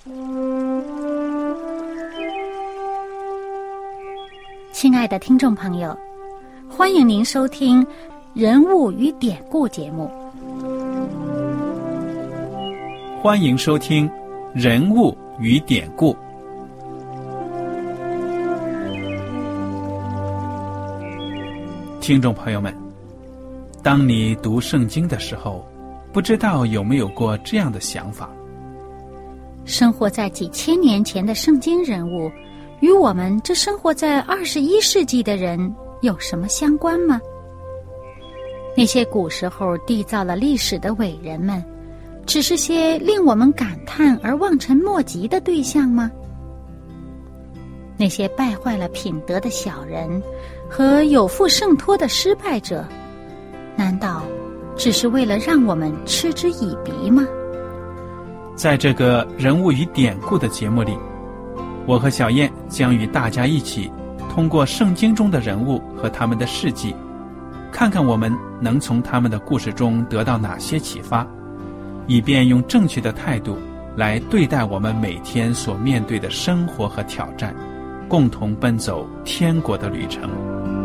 亲爱的听众朋友，欢迎您收听《人物与典故》节目。 欢迎收听《人物与典故》。听众朋友们，当你读圣经的时候，不知道有没有过这样的想法？ 生活在几千年前的圣经人物，与我们这生活在21世纪的人有什么相关吗？那些古时候缔造了历史的伟人们，只是些令我们感叹而望尘莫及的对象吗？那些败坏了品德的小人和有负圣托的失败者，难道只是为了让我们嗤之以鼻吗？ 在这个人物与典故的节目里，我和小燕将与大家一起通过圣经中的人物和他们的事迹，看看我们能从他们的故事中得到哪些启发，以便用正确的态度来对待我们每天所面对的生活和挑战，共同奔走天国的旅程。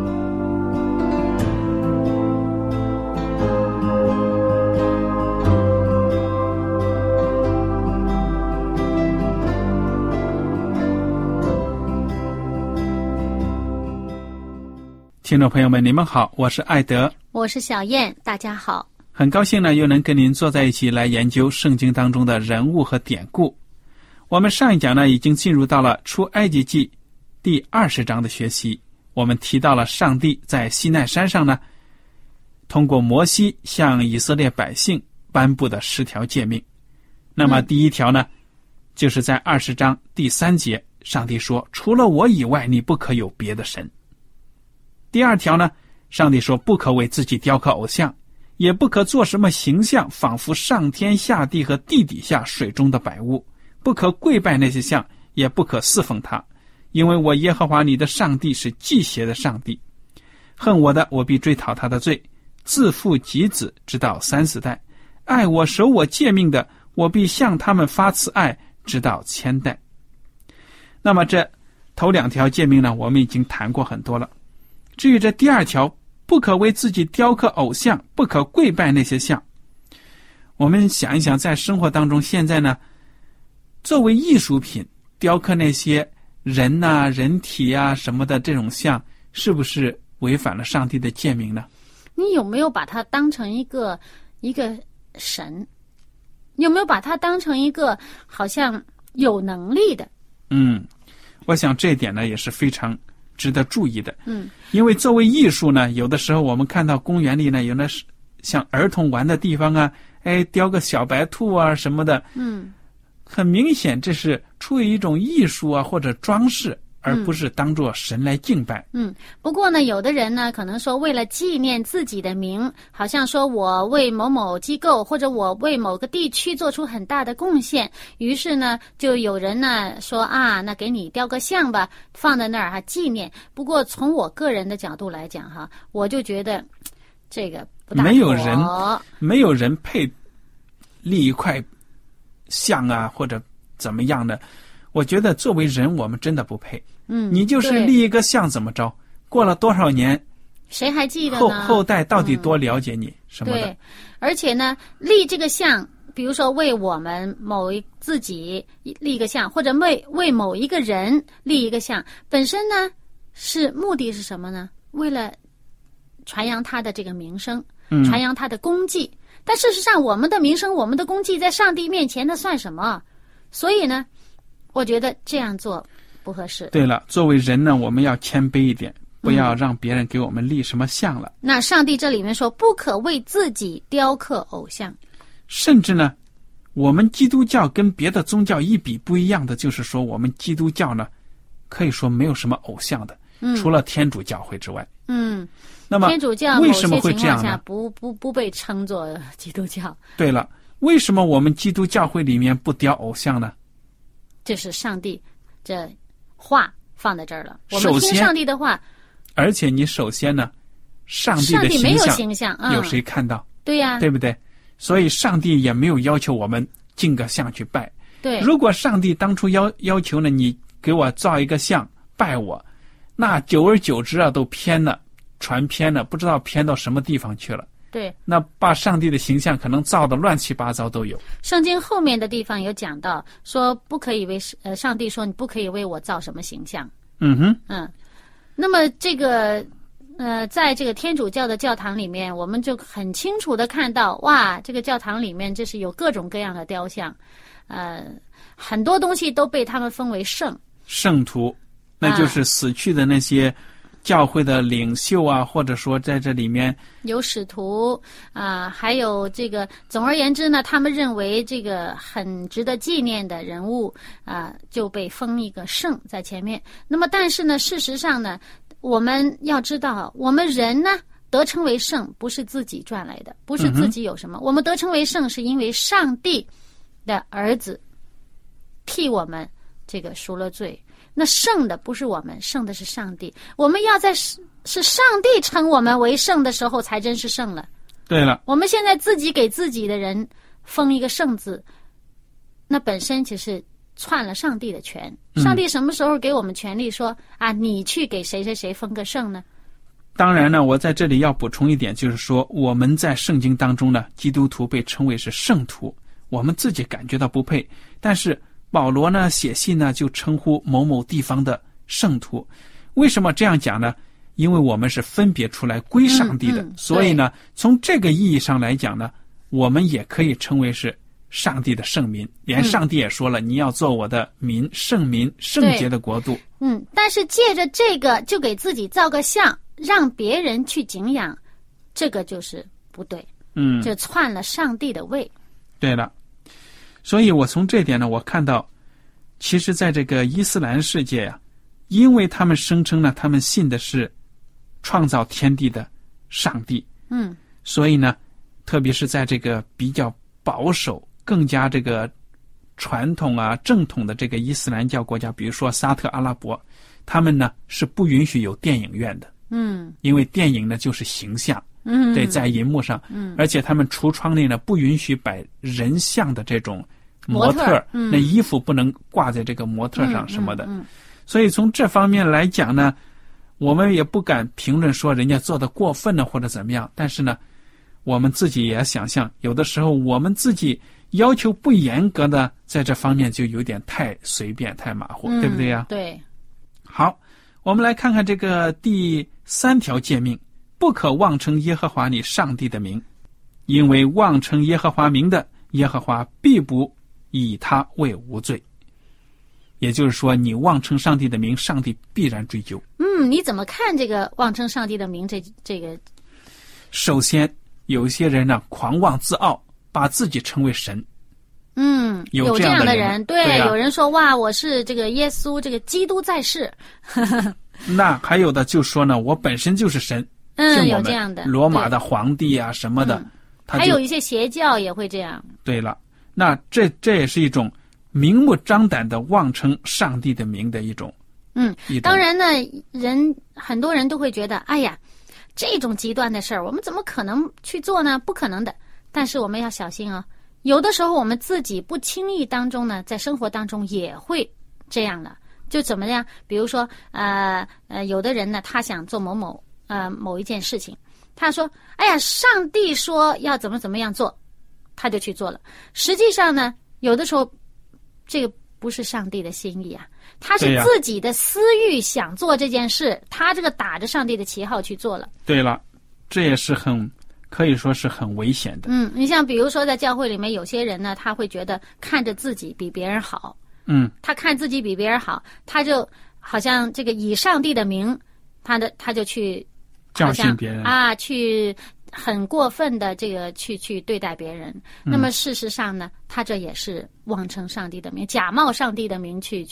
听众朋友们，你们好，我是艾德， 我是小燕，大家好。 很高兴呢，又能跟您坐在一起来研究圣经当中的人物和典故。我们上一讲呢，已经进入到了出埃及记第20章的学习。我们提到了上帝在西奈山上呢，通过摩西向以色列百姓颁布的10条诫命。那么第一条呢，就是在20章第3节，上帝说，除了我以外，你不可有别的神。第2条呢，上帝说，不可为自己雕刻偶像，也不可做什么形象，仿佛上天下地和地底下水中的百物，不可跪拜那些像，也不可侍奉他，因为我耶和华你的上帝是忌邪的上帝。恨我的，我必追讨他的罪，自父及子，直到3、4代；爱我守我诫命的，我必向他们发慈爱，直到1000代。那么这头2条诫命呢，我们已经谈过很多了。至于这第2条，不可为自己雕刻偶像，不可跪拜那些像。我们想一想，在生活当中，现在呢，作为艺术品雕刻那些人啊、人体啊什么的这种像，是不是违反了上帝的诫命呢？ 你有没有把它当成一个神？你有没有把它当成一个好像有能力的？ 我想这一点呢也是非常值得注意的。因为作为艺术呢，有的时候我们看到公园里呢，有那像儿童玩的地方啊，雕个小白兔啊什么的，很明显这是出于一种艺术啊或者装饰，而不是当作神来敬拜。 不过呢，有的人呢可能说为了纪念自己的名，好像说我为某某机构或者我为某个地区做出很大的贡献，于是呢就有人呢说啊，那给你雕个像吧，放在那儿纪念。不过从我个人的角度来讲哈，我就觉得这个不大妥。 没有人配立一块像啊或者怎么样的。我觉得作为人，我们真的不配。你就是立一个像怎么着？过了多少年， 谁还记得呢？ 后代到底多了解你什么的？ 对，而且呢，立这个像，比如说为我们自己立一个像，或者为某一个人立一个像，本身呢目的是什么呢？为了传扬他的这个名声，传扬他的功绩。但事实上，我们的名声、我们的功绩在上帝面前那算什么？所以呢，我觉得这样做不合适。 对了，作为人呢，我们要谦卑一点，不要让别人给我们立什么像了。 那上帝这里面说，不可为自己雕刻偶像。 甚至呢，我们基督教跟别的宗教一比不一样的，就是说我们基督教呢，可以说没有什么偶像的，除了天主教会之外。那么天主教为什么会这样呢？ 不被称作基督教。 对了，为什么我们基督教会里面不雕偶像呢？ 这是上帝这话放在这儿了，我们听上帝的话。 而且你首先呢，上帝的没有形象， 有谁看到？ 对呀， 对不对？所以上帝也没有要求我们进个像去拜。 对， 如果上帝当初要求呢，你给我造一个像拜我，那久而久之啊，都偏了，传偏了，不知道偏到什么地方去了。 对， 那把上帝的形象可能造的乱七八糟都有。 圣经后面的地方有讲到，说不可以为上帝说你不可以为我造什么形象。那么这个在这个天主教的教堂里面，我们就很清楚的看到，哇，这个教堂里面就是有各种各样的雕像，很多东西都被他们分为圣徒，那就是死去的那些教会的领袖啊，或者说在这里面有使徒还有这个，总而言之呢，他们认为这个很值得纪念的人物就被封一个圣在前面。那么但是呢，事实上呢，我们要知道，我们人呢得称为圣不是自己赚来的，不是自己有什么，我们得称为圣是因为上帝的儿子替我们这个赎了罪。那圣的不是我们，圣的是上帝。我们要在是上帝称我们为圣的时候才真是圣了。 对了， 我们现在自己给自己的人封一个圣字，那本身就是篡了上帝的权。上帝什么时候给我们权利说你去给谁谁谁封个圣呢？ 当然呢，我在这里要补充一点，就是说我们在圣经当中呢，基督徒被称为是圣徒，我们自己感觉到不配，但是保罗呢写信呢就称呼某某地方的圣徒。为什么这样讲呢？因为我们是分别出来归上帝的，所以呢从这个意义上来讲呢，我们也可以称为是上帝的圣民。连上帝也说了，你要做我的民，圣民，圣洁的国度。 但是借着这个就给自己造个像，让别人去敬仰，这个就是不对。就篡了上帝的位。 对了，所以我从这点呢，我看到其实在这个伊斯兰世界呀，因为他们声称呢，他们信的是创造天地的上帝，所以呢，特别是在这个比较保守、更加这个传统正统的这个伊斯兰教国家，比如说沙特阿拉伯，他们呢是不允许有电影院的，因为电影呢就是形象，对，在银幕上，而且他们橱窗内呢不允许摆人像的这种模特，那衣服不能挂在这个模特上什么的，所以从这方面来讲呢，我们也不敢评论说人家做的过分了或者怎么样，但是呢，我们自己也想象，有的时候我们自己要求不严格的，在这方面就有点太随便、太马虎，对不对呀？ 对。 好，我们来看看这个第3条诫命：不可妄称耶和华你上帝的名，因为妄称耶和华名的，耶和华必不以他为无罪。也就是说，你妄称上帝的名，上帝必然追究。 你怎么看这个妄称上帝的名这个？ 首先，有些人呢狂妄自傲，把自己称为神。有这样的人， 对，有人说哇，我是这个耶稣，这个基督在世。 那还有的就说呢，我本身就是神。 有这样的罗马的皇帝啊什么的， 还有一些邪教也会这样。对了，那这也是一种明目张胆的妄称上帝的名的一种。 当然呢，很多人都会觉得，哎呀，这种极端的事儿，我们怎么可能去做呢？不可能的。但是我们要小心有的时候我们自己不轻易当中呢，在生活当中也会这样了。就怎么样？比如说，有的人呢，他想做某一件事情，他说：“哎呀，上帝说要怎么怎么样做，他就去做了。”实际上呢，有的时候这个不是上帝的心意他是自己的私欲想做这件事，他这个打着上帝的旗号去做了。 对了，这也是可以说是很危险的。 你像比如说在教会里面，有些人呢，他会觉得看着自己比别人好，他看自己比别人好，他就好像这个以上帝的名，他就去教训别人去很过分的这个去对待别人。那么事实上呢，他这也是妄称上帝的名，假冒上帝的名去。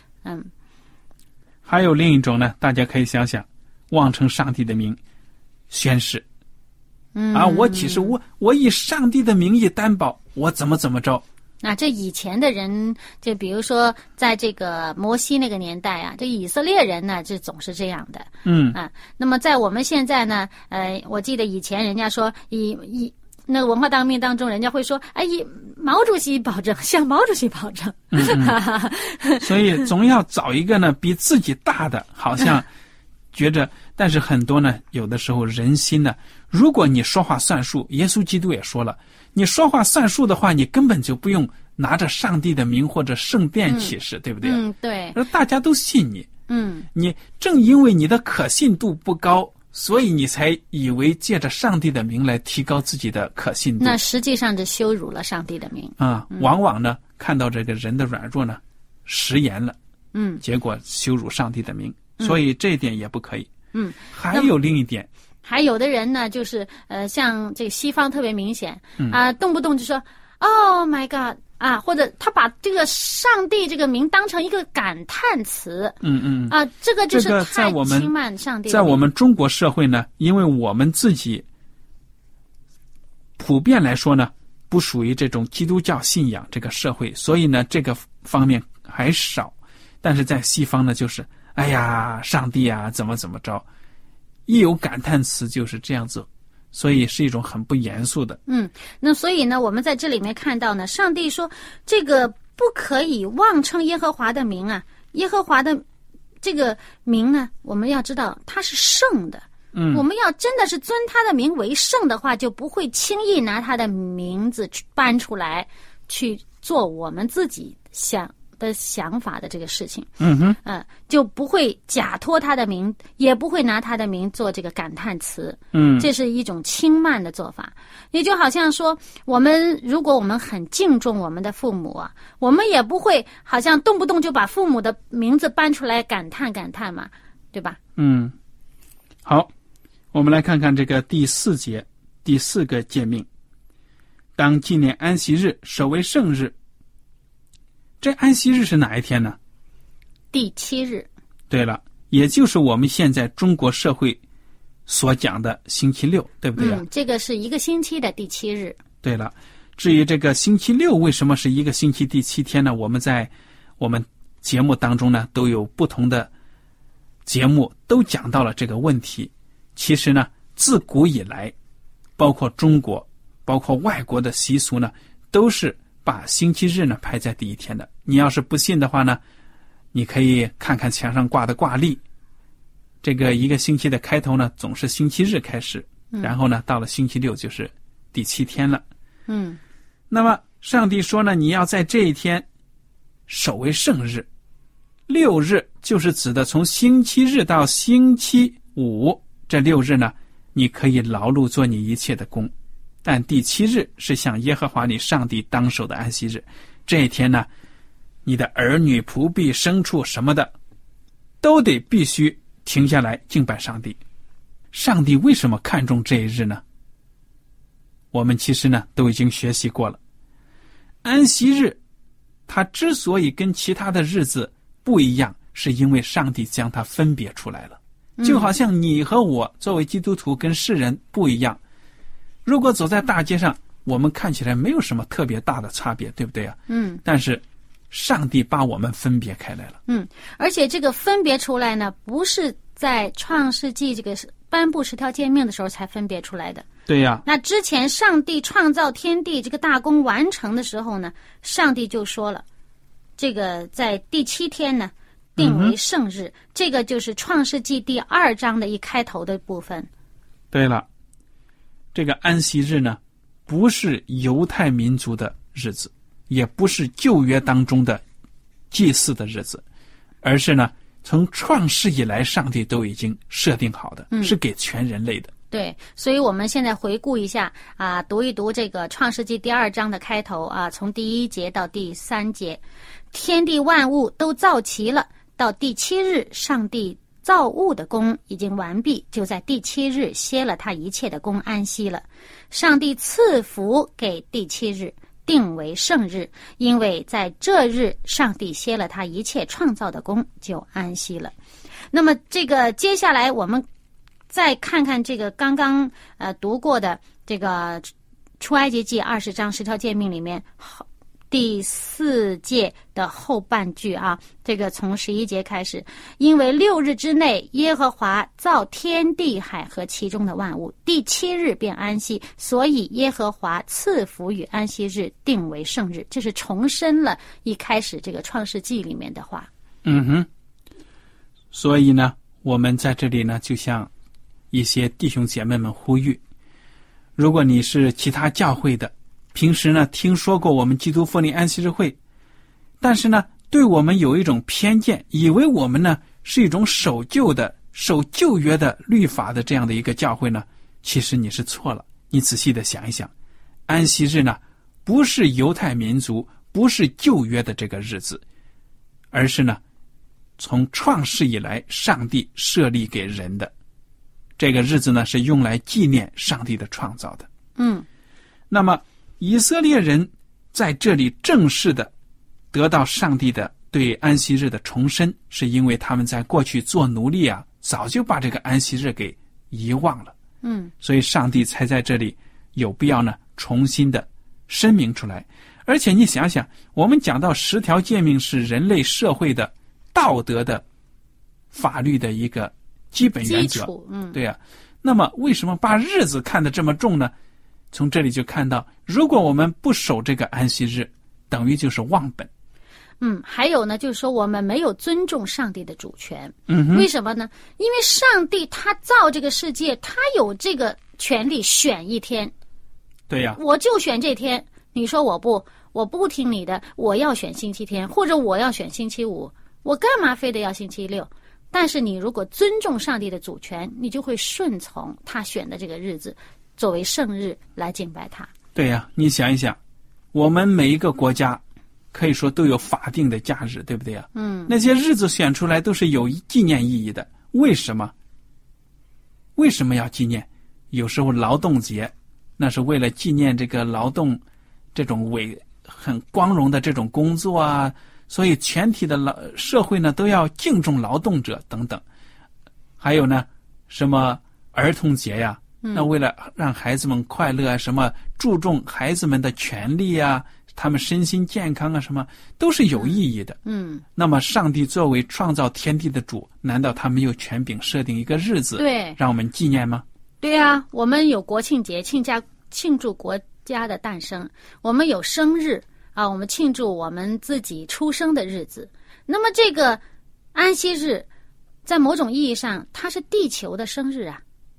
还有另一种呢，大家可以想想，妄称上帝的名宣誓。我其实我以上帝的名义担保，我怎么着。 这以前的人，就比如说在这个摩西那个年代这以色列人呢，这总是这样的。那么在我们现在呢，我记得以前人家说那个文化大革命当中，人家会说：“哎，毛主席保证，向毛主席保证。 所以总要找一个呢比自己大的，好像觉着。但是很多呢，有的时候人心呢，如果你说话算数，耶稣基督也说了，你说话算数的话，你根本就不用拿着上帝的名或者圣殿启示，对不对？ 对。 大家都信你。你正因为你的可信度不高，所以你才以为借着上帝的名来提高自己的可信度。 那实际上是羞辱了上帝的名往往呢看到这个人的软弱呢，食言了，结果羞辱上帝的名，所以这一点也不可以。还有另一点， 还有的人呢，就是像这个西方特别明显动不动就说 Oh my God 或者他把这个上帝这个名当成一个感叹词。这个就是太轻慢上帝的名。 在我们中国社会呢，因为我们自己普遍来说呢，不属于这种基督教信仰这个社会，所以呢，这个方面还少。但是在西方呢，就是哎呀，上帝啊，怎么着，一有感叹词就是这样子，所以是一种很不严肃的。 那所以呢，我们在这里面看到呢，上帝说这个不可以妄称耶和华的名耶和华的这个名呢，我们要知道它是圣的。我们要真的是尊他的名为圣的话，就不会轻易拿他的名字搬出来去做我们自己想法的这个事情。就不会假托他的名，也不会拿他的名做这个感叹词。这是一种轻慢的做法。也就好像说，如果我们很敬重我们的父母我们也不会好像动不动就把父母的名字搬出来感叹嘛，对吧？ 好，我们来看看这个第4节第4个诫命，当纪念安息日，守为圣日。这安息日是哪一天呢？ 第7日。 对了，也就是我们现在中国社会所讲的星期六，对不对这个是一个星期的第7日。 对了，至于这个星期六为什么是一个星期第7天呢？我们在我们节目当中呢，都有不同的节目都讲到了这个问题。其实呢，自古以来，包括中国，包括外国的习俗呢，都是把星期日呢排在第1天的。你要是不信的话呢，你可以看看墙上挂的挂历，这个一个星期的开头呢总是星期日开始，然后呢到了星期六就是第7天了。那么上帝说呢，你要在这一天守为圣日。6日就是指的从星期日到星期五，这6日呢，你可以劳碌做你一切的工。但第7日是向耶和华你上帝当守的安息日。这一天呢，你的儿女仆婢牲畜什么的都得必须停下来敬拜上帝。上帝为什么看重这一日呢？我们其实呢都已经学习过了。安息日它之所以跟其他的日子不一样，是因为上帝将它分别出来了。就好像你和我作为基督徒跟世人不一样，如果走在大街上，我们看起来没有什么特别大的差别，对不对啊？但是上帝把我们分别开来了。 而且这个分别出来呢，不是在创世纪这个颁布10条诫命的时候才分别出来的。 对呀。 那之前上帝创造天地这个大功完成的时候呢，上帝就说了，这个在第7天呢定为圣日。这个就是创世纪第2章的一开头的部分。 对了，这个安息日呢，不是犹太民族的日子，也不是旧约当中的祭祀的日子，而是呢，从创世以来上帝都已经设定好的，是给全人类的。 对，所以我们现在回顾一下读一读这个创世纪第2章的开头从第1节到第3节，天地万物都造齐了，到第7日上帝造物的工已经完毕，就在第7日歇了他一切的工，安息了。上帝赐福给第7日，定为圣日，因为在这日上帝歇了他一切创造的工，就安息了。那么这个接下来我们再看看这个刚刚读过的这个出埃及记20章10条诫命里面第4届的后半句啊，这个从11节开始，因为6日之内耶和华造天地海和其中的万物，第7日便安息，所以耶和华赐福与安息日，定为圣日。这是重申了一开始这个创世纪里面的话。 所以呢，我们在这里呢，就向一些弟兄姐妹们呼吁，如果你是其他教会的，平时呢听说过我们基督复临安息日会，但是呢对我们有一种偏见，以为我们呢是一种守旧约的律法的这样的一个教会呢，其实你是错了。你仔细的想一想，安息日呢不是犹太民族，不是旧约的这个日子，而是呢从创世以来上帝设立给人的这个日子呢，是用来纪念上帝的创造的。那么以色列人在这里正式的得到上帝的对安息日的重申，是因为他们在过去做奴隶啊，早就把这个安息日给遗忘了。所以上帝才在这里有必要呢重新的声明出来。而且你想想，我们讲到10条诫命是人类社会的道德的法律的一个基本原则，对啊。那么为什么把日子看得这么重呢？从这里就看到，如果我们不守这个安息日，等于就是忘本。 还有呢，就是说我们没有尊重上帝的主权。为什么呢？因为上帝他造这个世界，他有这个权利选一天。 对呀， 我就选这天。你说我不听你的，我要选星期天，或者我要选星期五，我干嘛非得要星期六？但是你如果尊重上帝的主权，你就会顺从他选的这个日子作为圣日来敬拜他。 对呀，你想一想，我们每一个国家可以说都有法定的假日，对不对呀？那些日子选出来都是有纪念意义的。为什么要纪念？有时候劳动节那是为了纪念这个劳动这种很光荣的这种工作啊，所以全体的社会呢都要敬重劳动者等等。还有呢，什么儿童节呀，那为了让孩子们快乐啊，什么注重孩子们的权利啊，他们身心健康啊，什么都是有意义的。那么上帝作为创造天地的主，难道他没有权柄设定一个日子，对，让我们纪念吗？ 对啊，我们有国庆节，庆祝国家的诞生，我们有生日啊，我们庆祝我们自己出生的日子。那么这个安息日在某种意义上它是地球的生日啊。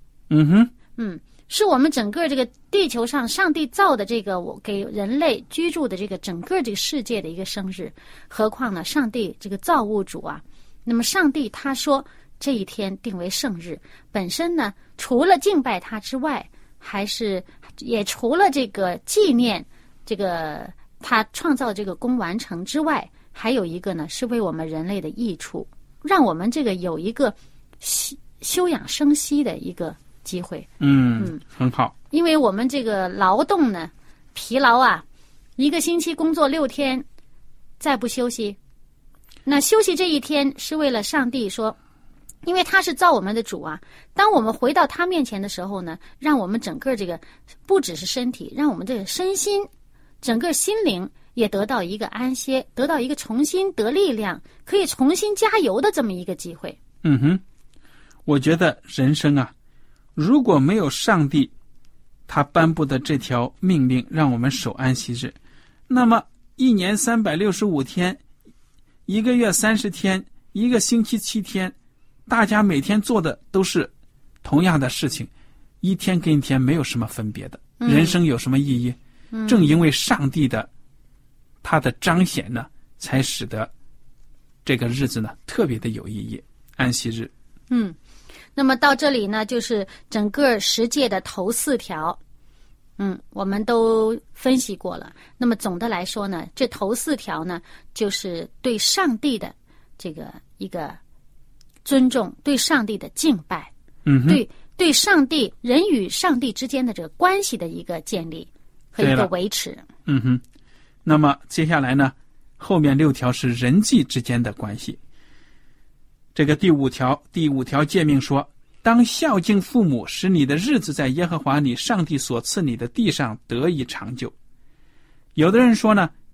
是我们整个这个地球上上帝造的这个给人类居住的这个整个这个世界的一个生日。何况呢，上帝这个造物主啊，那么上帝他说这一天定为圣日，本身呢除了敬拜他之外，也除了这个纪念这个他创造这个功完成之外，还有一个呢是为我们人类的益处，让我们这个有一个休养生息的一个机会。 很好。 因为我们这个劳动呢疲劳啊，一个星期工作6天再不休息，那休息这一天是为了上帝说，因为他是造我们的主啊，当我们回到他面前的时候呢，让我们整个这个不只是身体，让我们这个身心整个心灵也得到一个安歇，得到一个重新得力量，可以重新加油的这么一个机会。 我觉得人生啊，如果没有上帝他颁布的这条命令让我们守安息日，那么1年365天，1个月30天，1个星期7天，大家每天做的都是同样的事情，一天跟一天没有什么分别的，人生有什么意义？正因为上帝的他的彰显呢，才使得这个日子呢特别的有意义，安息日。 那么到这里呢，就是整个10诫的头4条，我们都分析过了。那么总的来说呢，这头4条呢，就是对上帝的这个一个尊重，对上帝的敬拜，对上帝人与上帝之间的这个关系的一个建立和一个维持。 那么接下来呢，后面6条是人际之间的关系。这个第五条诫命说，当孝敬父母，使你的日子在耶和华你上帝所赐你的地上得以长久。有的人说呢，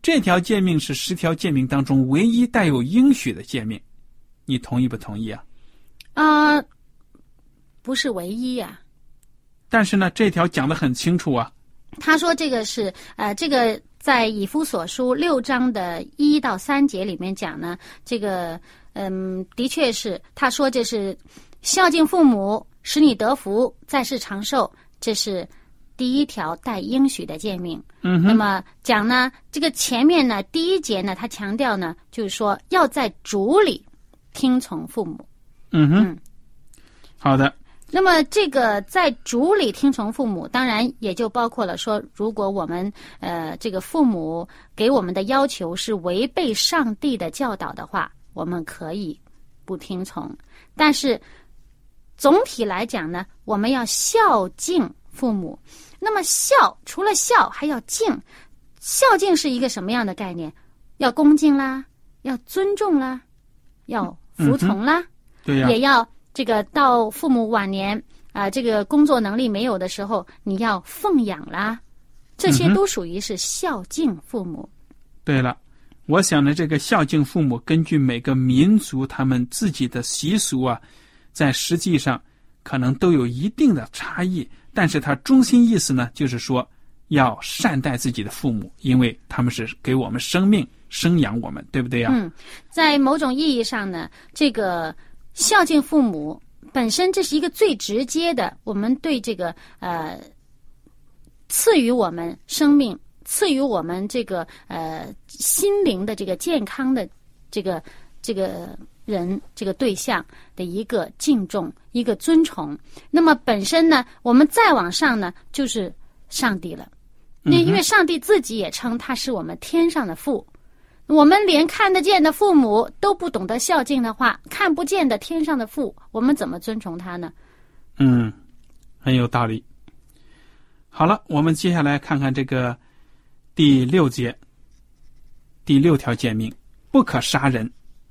这条诫命是10条诫命当中唯一带有应许的诫命，你同意不同意啊？ 不是唯一啊。 但是呢，这条讲得很清楚啊。 他说这个是这个在以弗所书6章的1到3节里面讲呢，这个的确是他说这是孝敬父母，使你得福，在世长寿，这是第一条带应许的诫命。那么讲呢，这个前面呢第1节呢，他强调呢，就是说要在主里听从父母。 好的。 那么这个在主里听从父母，当然也就包括了说，如果我们这个父母给我们的要求是违背上帝的教导的话，我们可以不听从。但是总体来讲呢，我们要孝敬父母。那么孝，除了孝还要敬。孝敬是一个什么样的概念？要恭敬啦，要尊重啦，要服从啦， 对呀， 也要这个到父母晚年这个工作能力没有的时候，你要奉养啦，这些都属于是孝敬父母。 对了，我想呢，这个孝敬父母根据每个民族他们自己的习俗啊，在实际上可能都有一定的差异，但是它中心意思呢，就是说要善待自己的父母，因为他们是给我们生命生养我们，对不对呀？ 在某种意义上呢，这个孝敬父母本身这是一个最直接的，我们对这个赐予我们生命，赐予我们这个心灵的这个健康的这个人这个对象的一个敬重，一个尊崇。那么本身呢，我们再往上呢，就是上帝了。因为上帝自己也称他是我们天上的父。我们连看得见的父母都不懂得孝敬的话，看不见的天上的父，我们怎么尊崇他呢？ 很有道理。好了，我们接下来看看这个第6节，第6条诫命，不可杀人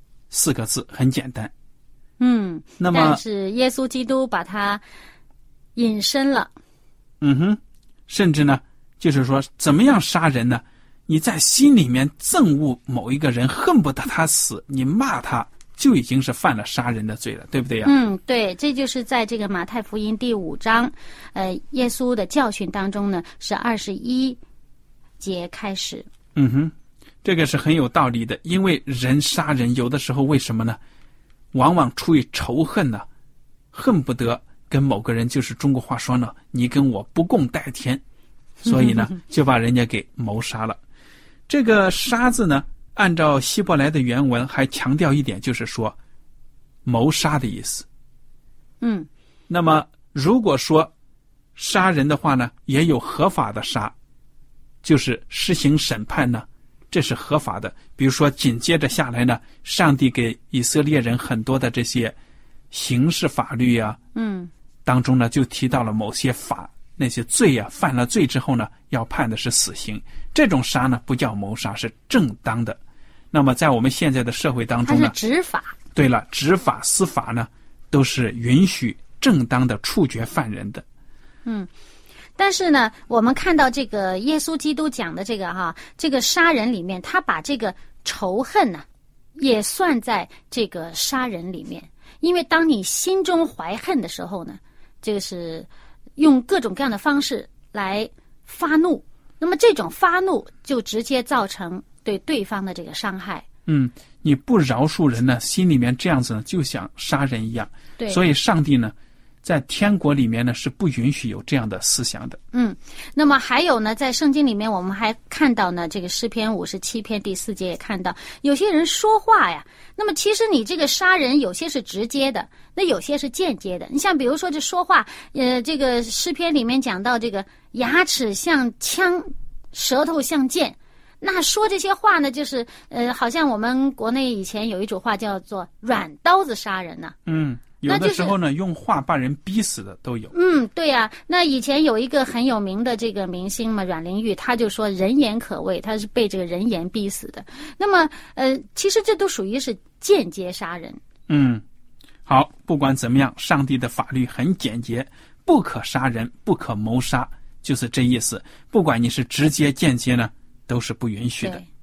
，4个字，很简单。那么但是耶稣基督把它引申了。 甚至呢，就是说怎么样杀人呢？你在心里面憎恶某一个人，恨不得他死，你骂他就已经是犯了杀人的罪了，对不对呀？ 对，这就是在这个马太福音第5章耶稣的教训当中呢，是21节开始。 这个是很有道理的，因为人杀人有的时候为什么呢？往往出于仇恨呢，恨不得跟某个人，就是中国话说呢，你跟我不共戴天，所以呢就把人家给谋杀了。这个杀字呢，按照希伯来的原文还强调一点，就是说谋杀的意思。那么如果说杀人的话呢，也有合法的杀，就是施行审判呢，这是合法的。比如说紧接着下来呢，上帝给以色列人很多的这些刑事法律啊，当中呢就提到了某些法，那些罪啊，犯了罪之后呢，要判的是死刑。这种杀呢不叫谋杀，是正当的。那么在我们现在的社会当中呢， 它是执法。 对了，执法司法呢都是允许正当的处决犯人的。 但是呢，我们看到这个耶稣基督讲的这个杀人里面，他把这个仇恨呢也算在这个杀人里面。因为当你心中怀恨的时候呢，这个是用各种各样的方式来发怒，那么这种发怒就直接造成对对方的这个伤害。 你不饶恕人呢，心里面这样子呢，就像杀人一样。 对， 所以上帝呢在天国里面呢是不允许有这样的思想的。 那么还有呢，在圣经里面我们还看到呢，这个诗篇57篇第4节也看到，有些人说话呀，那么其实你这个杀人有些是直接的，那有些是间接的。你像比如说这说话，这个诗篇里面讲到这个牙齿像枪，舌头像剑，那说这些话呢，就是好像我们国内以前有一种话叫做软刀子杀人呢。 有的时候呢，用话把人逼死的都有。 对呀，那以前有一个很有名的这个明星嘛，阮玲玉，他就说人言可畏，他是被这个人言逼死的。那么其实这都属于是间接杀人。 好，不管怎么样，上帝的法律很简洁，不可杀人，不可谋杀，就是这意思。不管你是直接间接呢，都是不允许的。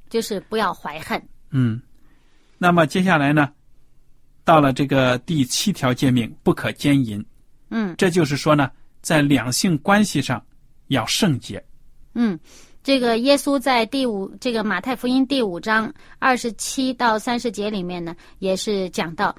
就是不要怀恨。 那么接下来呢，到了这个第7条诫命，不可奸淫。这就是说呢，在两性关系上要圣洁。 这个耶稣在这个马太福音第5章27到30节里面呢，也是讲到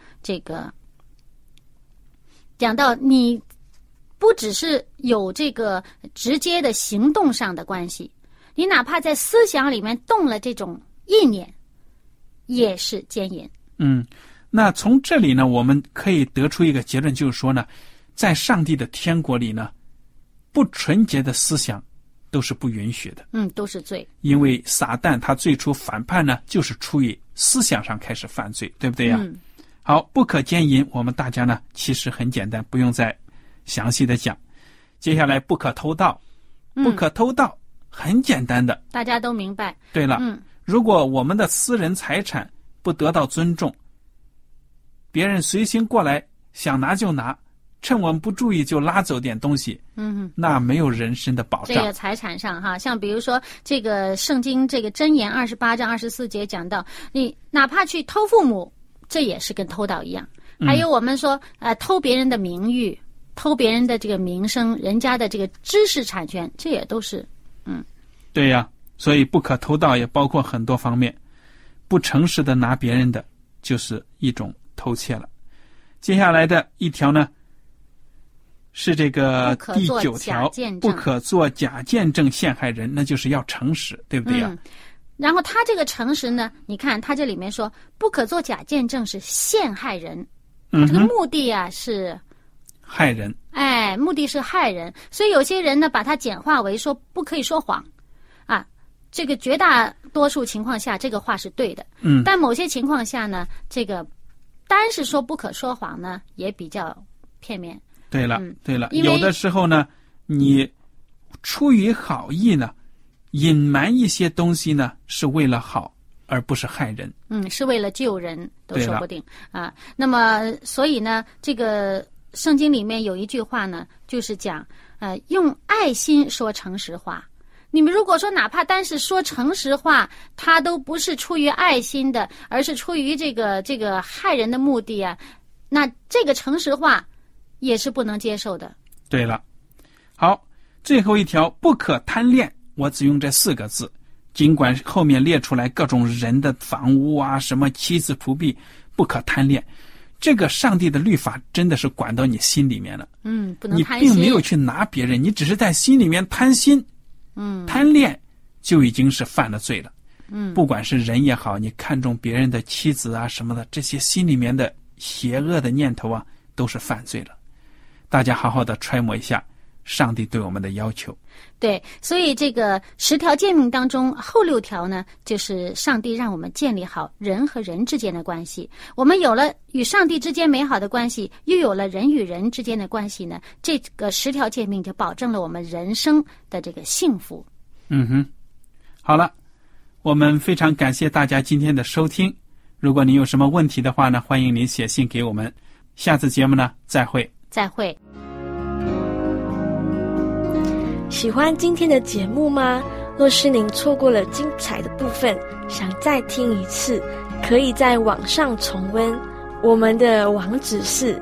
你不只是有这个直接的行动上的关系，你哪怕在思想里面动了这种意念，也是奸淫。 那从这里呢，我们可以得出一个结论，就是说呢，在上帝的天国里呢，不纯洁的思想都是不允许的。 都是罪。 因为撒旦他最初反叛呢，就是出于思想上开始犯罪，对不对呀？好，不可奸淫，我们大家呢其实很简单，不用再详细的讲。接下来不可偷盗，不可偷盗，很简单的， 大家都明白。 对了，如果我们的私人财产不得到尊重，别人随心过来想拿就拿，趁我们不注意就拉走点东西，那没有人身的保障。 这个财产上哈，像比如说这个圣经这个箴言28章24节讲到，你哪怕去偷父母，这也是跟偷盗一样。还有我们说偷别人的名誉，偷别人的这个名声，人家的这个知识产权，这也都是对呀，所以不可偷盗也包括很多方面，不诚实的拿别人的就是一种偷窃了。接下来的一条呢，是这个第9条，不可做假见证陷害人，那就是要诚实，对不对呀？ 然后他这个诚实呢，你看他这里面说不可做假见证是陷害人，这个目的啊是害人， 目的是害人，所以有些人呢把它简化为说不可以说谎啊，这个绝大多数情况下这个话是对的，但某些情况下呢，这个单是说不可说谎呢也比较片面。 对了，有的时候呢，你出于好意呢，隐瞒一些东西呢，是为了好，而不是害人。 是为了救人都说不定啊。那么，所以呢，这个圣经里面有一句话呢，就是讲用爱心说诚实话。你们如果说哪怕单是说诚实话，它都不是出于爱心的，而是出于这个害人的目的啊，那这个诚实话也是不能接受的。 对了，好，最后一条不可贪恋，我只用这4个字，尽管后面列出来各种人的房屋啊，什么妻子仆婢，不可贪恋。这个上帝的律法真的是管到你心里面了。 不能贪心。 你并没有去拿别人，你只是在心里面贪心。贪恋就已经是犯了罪了。不管是人也好，你看重别人的妻子啊什么的，这些心里面的邪恶的念头啊，都是犯罪了。大家好好的揣摩一下上帝对我们的要求。 对，所以这个10条诫命当中后6条呢，就是上帝让我们建立好人和人之间的关系。我们有了与上帝之间美好的关系，又有了人与人之间的关系呢，这个10条诫命就保证了我们人生的这个幸福。 好了，我们非常感谢大家今天的收听。如果您有什么问题的话呢，欢迎您写信给我们。下次节目呢，再会。 喜欢今天的节目吗？若是您错过了精彩的部分，想再听一次，可以在网上重温。我们的网址是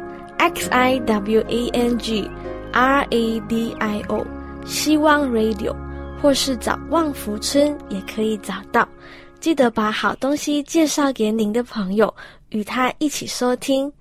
xiwangradio 希望 radio， 或是找旺福村也可以找到。记得把好东西介绍给您的朋友，与他一起收听。